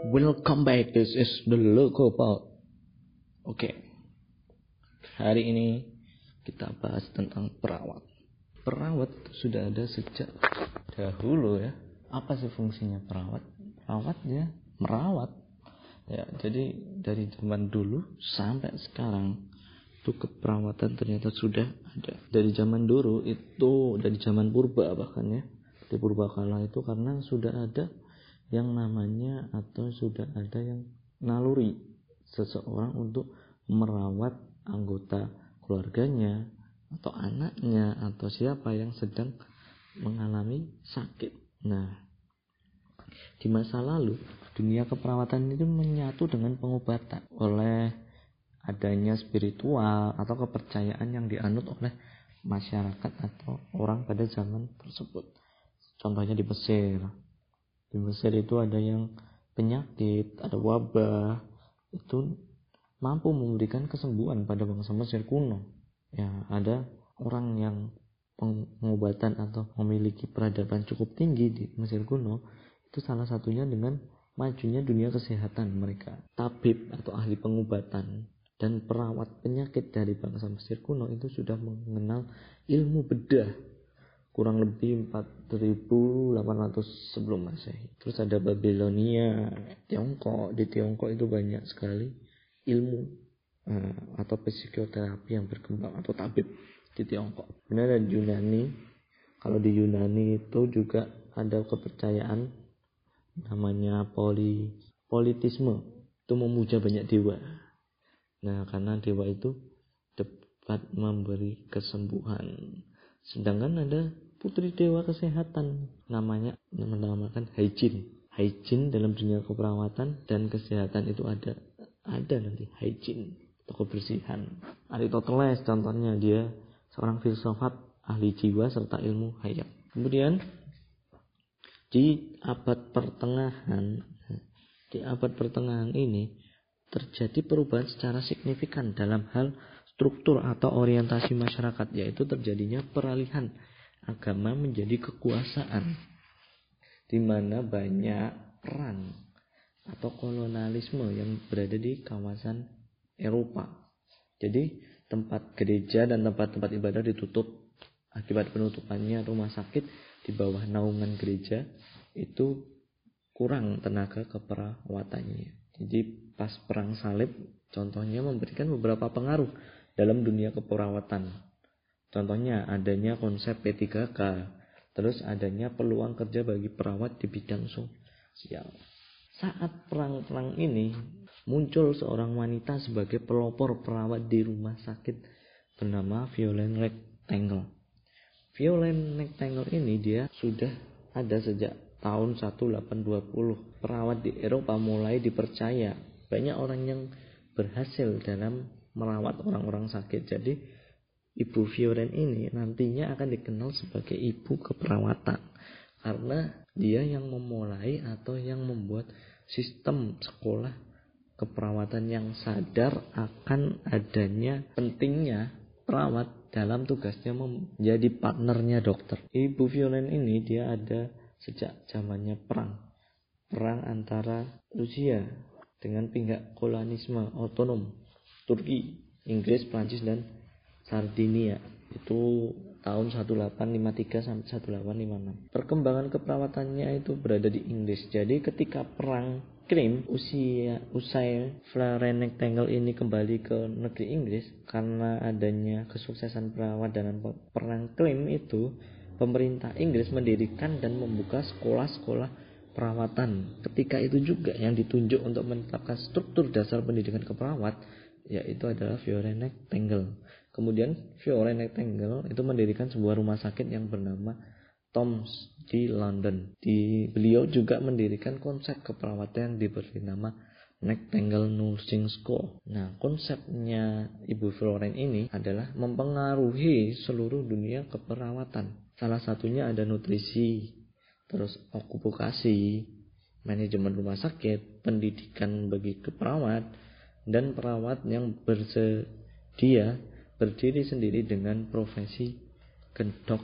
Welcome back. This is the Local Pod. Oke. Hari ini kita bahas tentang perawat. Perawat sudah ada sejak dahulu ya. Apa sih fungsinya perawat? Perawat ya merawat. Ya, jadi dari zaman dulu sampai sekarang itu keperawatan ternyata sudah ada. Dari zaman dulu itu, dari zaman purba bahkan ya. Di purbakala itu karena sudah ada yang namanya atau sudah ada yang naluri seseorang untuk merawat anggota keluarganya atau anaknya atau siapa yang sedang mengalami sakit. Nah, di masa lalu dunia keperawatan itu menyatu dengan pengobatan oleh adanya spiritual atau kepercayaan yang dianut oleh masyarakat atau orang pada zaman tersebut. Contohnya di Mesir. Di Mesir itu ada yang penyakit, ada wabah, itu mampu memberikan kesembuhan pada bangsa Mesir kuno. Ya, ada orang yang pengobatan atau memiliki peradaban cukup tinggi di Mesir kuno, itu salah satunya dengan majunya dunia kesehatan mereka. Tabib atau ahli pengobatan dan perawat penyakit dari bangsa Mesir kuno itu sudah mengenal ilmu bedah kurang lebih 4.800 sebelum Masehi. Terus ada Babilonia, Tiongkok. Di Tiongkok itu banyak sekali ilmu atau psikoterapi yang berkembang atau tabib di Tiongkok. Kemudian ada Yunani. Kalau di Yunani itu juga ada kepercayaan namanya politisme. Itu memuja banyak dewa. Nah, karena dewa itu dapat memberi kesembuhan. Sedangkan ada putri dewa kesehatan namanya menamakan hygiene. Hygiene dalam dunia keperawatan dan kesehatan itu ada nanti hygiene atau kebersihan. Aristoteles contohnya, dia seorang filsafat ahli jiwa serta ilmu hayat. Kemudian di abad pertengahan ini terjadi perubahan secara signifikan dalam hal struktur atau orientasi masyarakat, yaitu terjadinya peralihan agama menjadi kekuasaan, di mana banyak perang atau kolonialisme yang berada di kawasan Eropa. Jadi tempat gereja dan tempat-tempat ibadah ditutup. Akibat penutupannya rumah sakit di bawah naungan gereja itu kurang tenaga keperawatannya. Jadi pas perang salib contohnya memberikan beberapa pengaruh dalam dunia keperawatan. Contohnya adanya konsep P3K, terus adanya peluang kerja bagi perawat di bidang sosial. Saat perang-perang ini muncul seorang wanita sebagai pelopor perawat di rumah sakit bernama Violaine Rectangle. Violaine Rectangle ini dia sudah ada sejak tahun 1820. Perawat di Eropa mulai dipercaya. Banyak orang yang berhasil dalam merawat orang-orang sakit. Jadi Ibu Violaine ini nantinya akan dikenal sebagai ibu keperawatan karena dia yang memulai atau yang membuat sistem sekolah keperawatan yang sadar akan adanya pentingnya perawat dalam tugasnya menjadi partnernya dokter. Ibu Violaine ini dia ada sejak zamannya perang antara Rusia dengan pihak kolonialisme otonom Turki, Inggris, Prancis dan Sardinia. Itu tahun 1853 sampai 1856. Perkembangan keperawatannya itu berada di Inggris. Jadi ketika perang Krim usai Violaine Rectangle ini kembali ke negeri Inggris karena adanya kesuksesan perawat dalam perang Krim itu, pemerintah Inggris mendirikan dan membuka sekolah-sekolah perawatan. Ketika itu juga yang ditunjuk untuk menetapkan struktur dasar pendidikan keperawat yaitu adalah Violaine Rectangle. Kemudian Violaine Rectangle itu mendirikan sebuah rumah sakit yang bernama Tom's di London. Beliau juga mendirikan konsep keperawatan yang diberi nama Rectangle Nursing School. Nah, konsepnya Ibu Violaine ini adalah mempengaruhi seluruh dunia keperawatan. Salah satunya ada nutrisi, terus okupasi, manajemen rumah sakit, pendidikan bagi keperawat, dan perawat yang bersedia berdiri sendiri dengan profesi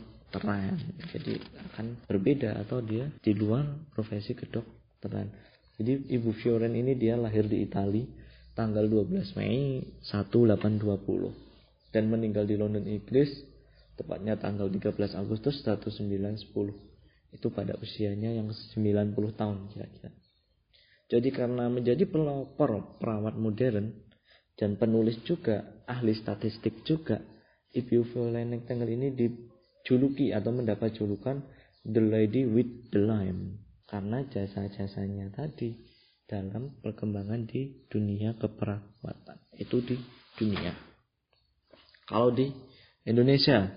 kedokteran. Jadi akan berbeda atau dia di luar profesi kedokteran. Jadi Ibu Fioren ini dia lahir di Italia tanggal 12 Mei 1820 dan meninggal di London, Inggris tepatnya tanggal 13 Agustus 1910. Itu pada usianya yang 90 tahun kira-kira. Jadi karena menjadi pelopor perawat modern dan penulis juga, ahli statistik juga, Ibu Fioren Nightingale ini dijuluki atau mendapat julukan The Lady with the Lamp karena jasa-jasanya tadi dalam perkembangan di dunia keperawatan. Itu di dunia. Kalau di Indonesia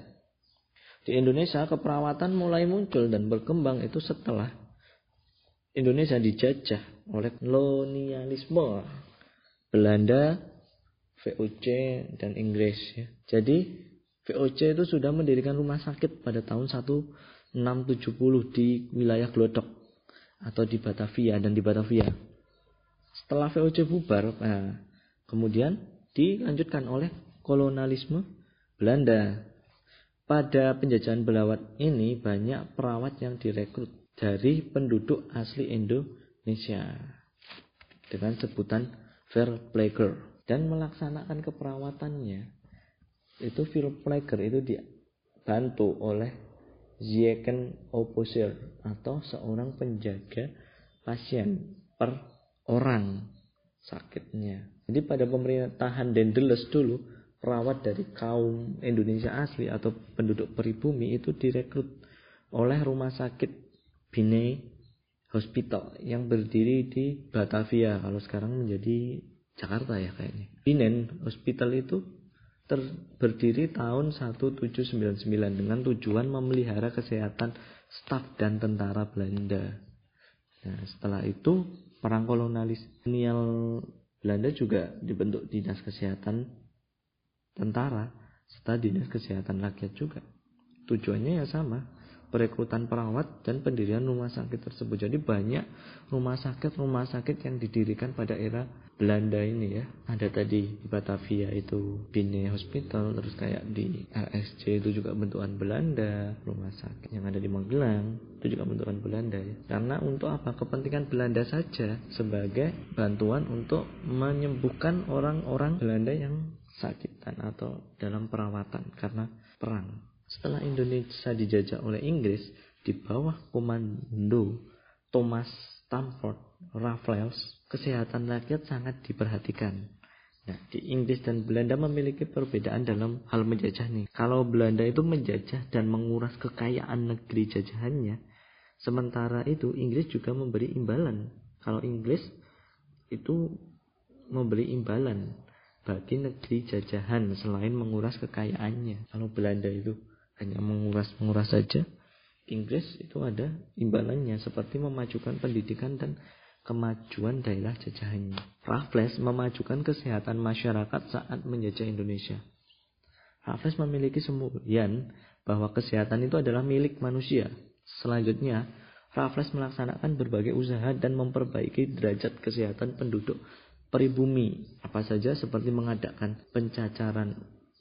keperawatan mulai muncul dan berkembang itu setelah Indonesia dijajah oleh kolonialisme Belanda, VOC dan Inggris ya. Jadi VOC itu sudah mendirikan rumah sakit pada tahun 1670 di wilayah Glodok atau di Batavia dan di Batavia. Setelah VOC bubar, kemudian dilanjutkan oleh kolonialisme Belanda. Pada penjajahan Belawat ini banyak perawat yang direkrut dari penduduk asli Indonesia dengan sebutan Verpleger dan melaksanakan keperawatannya. Itu Verpleger itu dibantu oleh Zieken Opposer atau seorang penjaga pasien per orang sakitnya. Jadi pada pemerintahan Daendels dulu perawat dari kaum Indonesia asli atau penduduk pribumi itu direkrut oleh rumah sakit Binney Hospital yang berdiri di Batavia, kalau sekarang menjadi Jakarta ya kayaknya. Binney Hospital itu berdiri tahun 1799 dengan tujuan memelihara kesehatan staf dan tentara Belanda. Nah, setelah itu perang kolonial Belanda juga dibentuk dinas kesehatan tentara serta dinas kesehatan rakyat juga. Tujuannya ya sama, perekrutan perawat dan pendirian rumah sakit tersebut. Jadi banyak rumah sakit yang didirikan pada era Belanda ini ya. Ada tadi di Batavia itu Binney Hospital, terus kayak di RSC itu juga bentukan Belanda, rumah sakit yang ada di Magelang itu juga bentukan Belanda ya. Karena untuk apa? Kepentingan Belanda saja sebagai bantuan untuk menyembuhkan orang-orang Belanda yang sakitan atau dalam perawatan karena perang. Setelah Indonesia dijajah oleh Inggris di bawah komando Thomas Stamford Raffles, kesehatan rakyat sangat diperhatikan. Nah, di Inggris dan Belanda memiliki perbedaan dalam hal menjajah nih. Kalau Belanda itu menjajah dan menguras kekayaan negeri jajahannya, sementara itu Inggris juga memberi imbalan. Kalau Inggris itu memberi imbalan bagi negeri jajahan selain menguras kekayaannya. Kalau Belanda itu hanya menguras saja, Inggris itu ada imbalannya seperti memajukan pendidikan dan kemajuan daerah jajahannya. Raffles memajukan kesehatan masyarakat saat menjajah Indonesia. Raffles memiliki semboyan bahwa kesehatan itu adalah milik manusia. Selanjutnya, Raffles melaksanakan berbagai usaha dan memperbaiki derajat kesehatan penduduk pribumi, apa saja seperti mengadakan pencacaran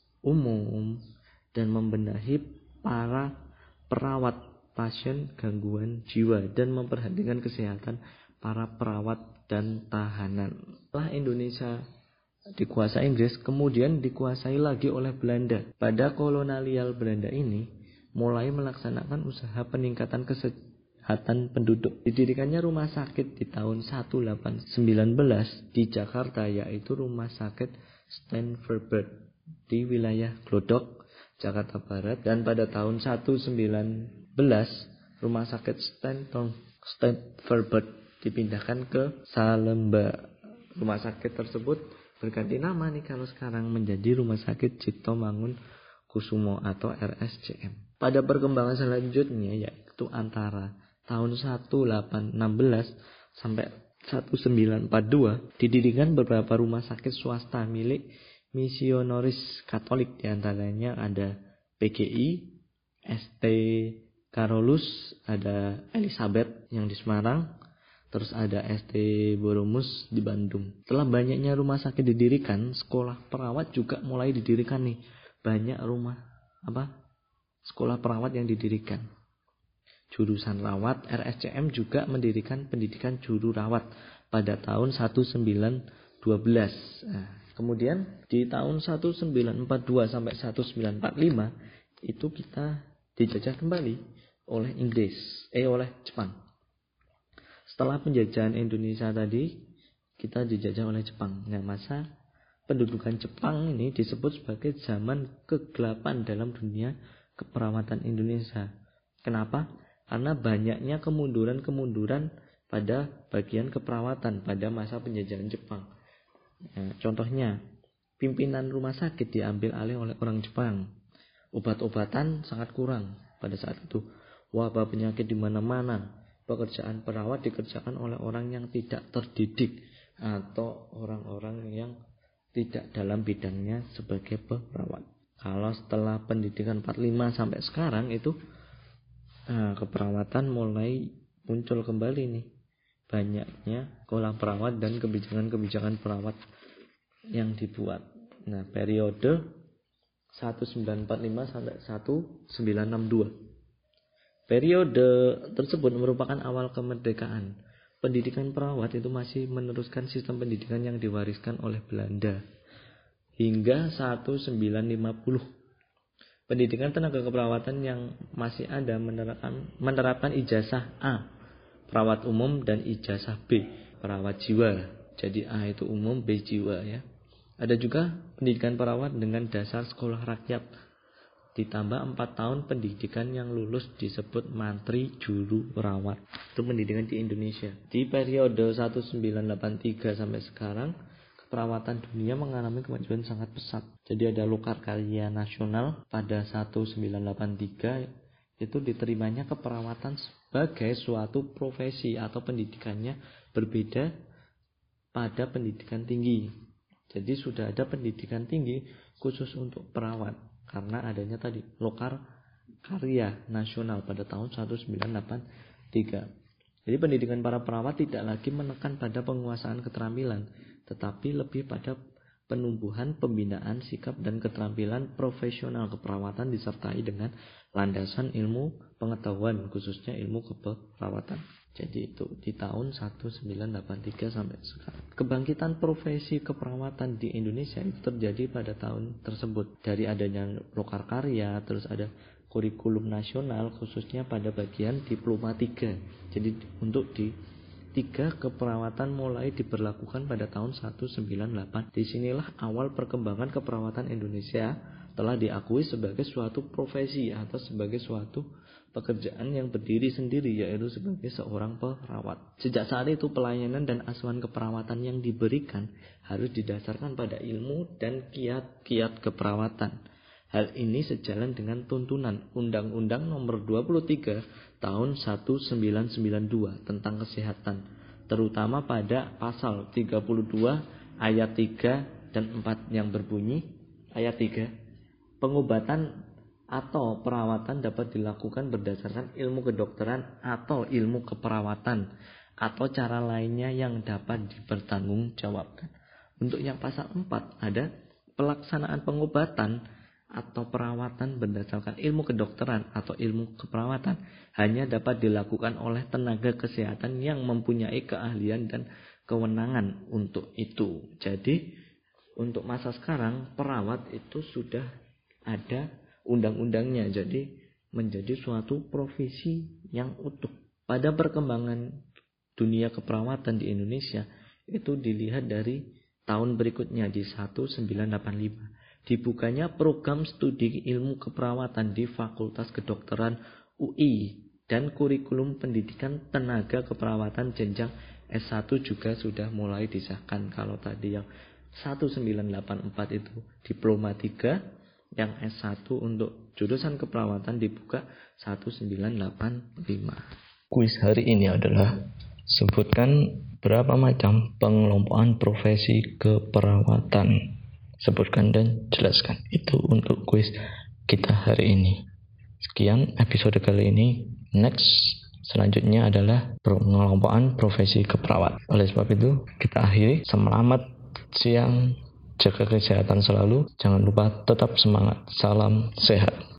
umum dan membenahi para perawat pasien gangguan jiwa dan memperhatikan kesehatan para perawat dan tahanan. Setelah Indonesia dikuasai Inggris, kemudian dikuasai lagi oleh Belanda. Pada kolonial Belanda ini mulai melaksanakan usaha peningkatan kesehatan penduduk. Didirikannya rumah sakit di tahun 1819 di Jakarta, yaitu Rumah Sakit Stanford di wilayah Glodok, Jakarta Barat. Dan pada tahun 1919 Rumah Sakit Stanford dipindahkan ke Salemba. Rumah sakit tersebut berganti nama nih kalau sekarang menjadi Rumah Sakit Cipto Mangun Kusumo atau RSCM. Pada perkembangan selanjutnya yaitu antara tahun 1816 sampai 1942 didirikan beberapa rumah sakit swasta milik misionaris Katolik, diantaranya ada PGI, ST Carolus, ada Elizabeth yang di Semarang, terus ada ST Boromus di Bandung. Setelah banyaknya rumah sakit didirikan, sekolah perawat juga mulai didirikan nih. Banyak sekolah perawat yang didirikan. jurusan rawat. RSCM juga mendirikan pendidikan juru rawat pada tahun 1912. Nah, kemudian di tahun 1942 sampai 1945 itu kita dijajah kembali oleh oleh Jepang. Setelah penjajahan Indonesia tadi, kita dijajah oleh Jepang. Nah, masa pendudukan Jepang ini disebut sebagai zaman kegelapan dalam dunia keperawatan Indonesia. Kenapa? Karena banyaknya kemunduran-kemunduran pada bagian keperawatan pada masa penjajahan Jepang. Nah, contohnya, pimpinan rumah sakit diambil alih oleh orang Jepang. Obat-obatan sangat kurang pada saat itu. Wabah penyakit di mana-mana. Pekerjaan perawat dikerjakan oleh orang yang tidak terdidik atau orang-orang yang tidak dalam bidangnya sebagai perawat. Kalau setelah pendidikan 45 sampai sekarang itu keperawatan mulai muncul kembali nih. Banyaknya kolam perawat dan kebijakan-kebijakan perawat yang dibuat. Nah, periode 1945 sampai 1962. Periode tersebut merupakan awal kemerdekaan. Pendidikan perawat itu masih meneruskan sistem pendidikan yang diwariskan oleh Belanda hingga 1950. Pendidikan tenaga keperawatan yang masih ada menerapkan ijazah A, perawat umum, dan ijazah B, perawat jiwa. Jadi A itu umum, B jiwa ya. Ada juga pendidikan perawat dengan dasar sekolah rakyat. Ditambah 4 tahun pendidikan yang lulus disebut mantri juru perawat. Itu pendidikan di Indonesia. Di periode 1983 sampai sekarang, keperawatan dunia mengalami kemajuan sangat pesat. Jadi ada Lokarkarya Nasional pada 1983 itu diterimanya keperawatan sebagai suatu profesi atau pendidikannya berbeda pada pendidikan tinggi. Jadi sudah ada pendidikan tinggi khusus untuk perawat karena adanya tadi Lokarkarya Nasional pada tahun 1983. Jadi pendidikan para perawat tidak lagi menekan pada penguasaan keterampilan, tetapi lebih pada penumbuhan, pembinaan, sikap, dan keterampilan profesional keperawatan disertai dengan landasan ilmu pengetahuan, khususnya ilmu keperawatan. Jadi itu di tahun 1983 sampai sekarang. Kebangkitan profesi keperawatan di Indonesia itu terjadi pada tahun tersebut. Dari adanya Lokarkarya, terus ada kurikulum nasional khususnya pada bagian diploma 3. Jadi untuk di 3 keperawatan mulai diberlakukan pada tahun 1998. Disinilah awal perkembangan keperawatan Indonesia telah diakui sebagai suatu profesi atau sebagai suatu pekerjaan yang berdiri sendiri, yaitu sebagai seorang perawat. Sejak saat itu pelayanan dan asuhan keperawatan yang diberikan harus didasarkan pada ilmu dan kiat-kiat keperawatan. Hal ini sejalan dengan tuntunan Undang-Undang Nomor 23 Tahun 1992 tentang kesehatan, terutama pada pasal 32 ayat 3 dan 4 yang berbunyi, ayat 3, pengobatan atau perawatan dapat dilakukan berdasarkan ilmu kedokteran atau ilmu keperawatan atau cara lainnya yang dapat dipertanggungjawabkan. Untuk yang pasal 4 ada pelaksanaan pengobatan atau perawatan berdasarkan ilmu kedokteran atau ilmu keperawatan hanya dapat dilakukan oleh tenaga kesehatan yang mempunyai keahlian dan kewenangan untuk itu. Jadi untuk masa sekarang perawat itu sudah ada undang-undangnya, jadi menjadi suatu profesi yang utuh. Pada perkembangan dunia keperawatan di Indonesia itu dilihat dari tahun berikutnya di 1985. Dibukanya program studi ilmu keperawatan di Fakultas Kedokteran UI dan kurikulum pendidikan tenaga keperawatan jenjang S1 juga sudah mulai disahkan. Kalau tadi yang 1984 itu diploma 3, yang S1 untuk jurusan keperawatan dibuka 1985. Kuis hari ini adalah sebutkan berapa macam pengelompokan profesi keperawatan. Sebutkan dan jelaskan. Itu untuk kuis kita hari ini. Sekian episode kali ini. Next, selanjutnya adalah pengelompokan profesi keperawat. Oleh sebab itu, kita akhiri. Selamat siang, jaga kesehatan selalu. Jangan lupa tetap semangat. Salam sehat.